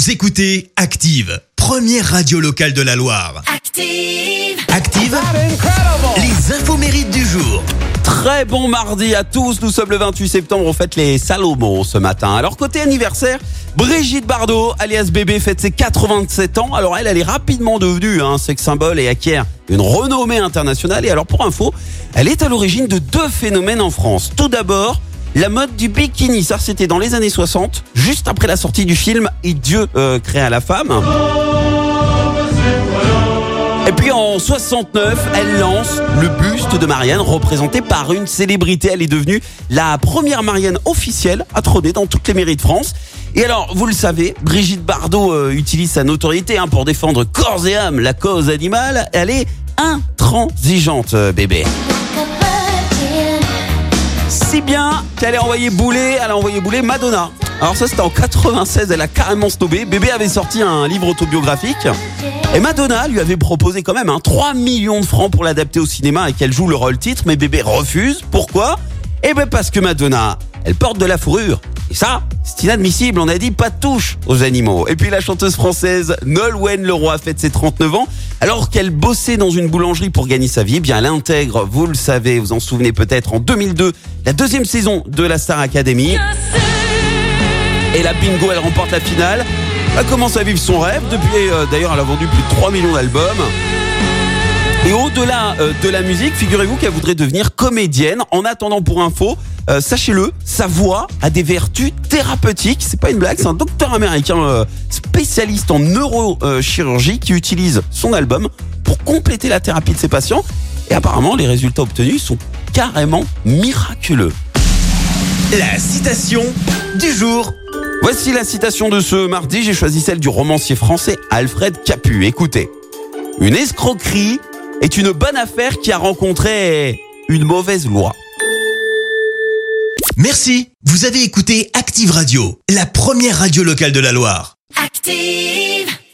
Vous écoutez Active, première radio locale de la Loire. Active, les infos mérites du jour. Très bon mardi à tous, nous sommes le 28 septembre, on fête les Salomon ce matin. Alors côté anniversaire, Brigitte Bardot, alias Bébé, fête ses 87 ans. Alors elle est rapidement devenue un sex symbole et acquiert une renommée internationale. Et alors pour info, elle est à l'origine de deux phénomènes en France. Tout d'abord, la mode du bikini, ça c'était dans les années 60, juste après la sortie du film Et Dieu créa la femme. Et puis en 69, elle lance le buste de Marianne représenté par une célébrité. Elle est devenue la première Marianne officielle à trôner dans toutes les mairies de France. Et alors, vous le savez, Brigitte Bardot utilise sa notoriété pour défendre corps et âme la cause animale. Elle est intransigeante, bébé. Si bien qu'elle a envoyé bouler Madonna. Alors ça c'était en 96, elle a carrément snobé. Bébé avait sorti un livre autobiographique et Madonna lui avait proposé quand même 3 millions de francs pour l'adapter au cinéma et qu'elle joue le rôle titre, mais Bébé refuse. Pourquoi ? Eh ben parce que Madonna, elle porte de la fourrure. Et ça, c'est inadmissible, on a dit pas de touche aux animaux. Et puis la chanteuse française Nolwenn Leroy fête ses 39 ans. Alors qu'elle bossait dans une boulangerie pour gagner sa vie, eh bien elle intègre, vous le savez, vous en souvenez peut-être, en 2002, la deuxième saison de la Star Academy. Et la bingo, elle remporte la finale. Elle commence à vivre son rêve. Depuis, d'ailleurs, elle a vendu plus de 3 millions d'albums. Et au-delà de la musique, figurez-vous qu'elle voudrait devenir comédienne. En attendant, pour info, sachez-le, sa voix a des vertus thérapeutiques. C'est pas une blague, c'est un docteur américain spécialiste en neurochirurgie qui utilise son album pour compléter la thérapie de ses patients. Et apparemment, les résultats obtenus sont carrément miraculeux. La citation du jour. Voici la citation de ce mardi. J'ai choisi celle du romancier français Alfred Capu. Écoutez. Une escroquerie est une bonne affaire qui a rencontré une mauvaise loi. Merci. Vous avez écouté Active Radio, la première radio locale de la Loire. Active!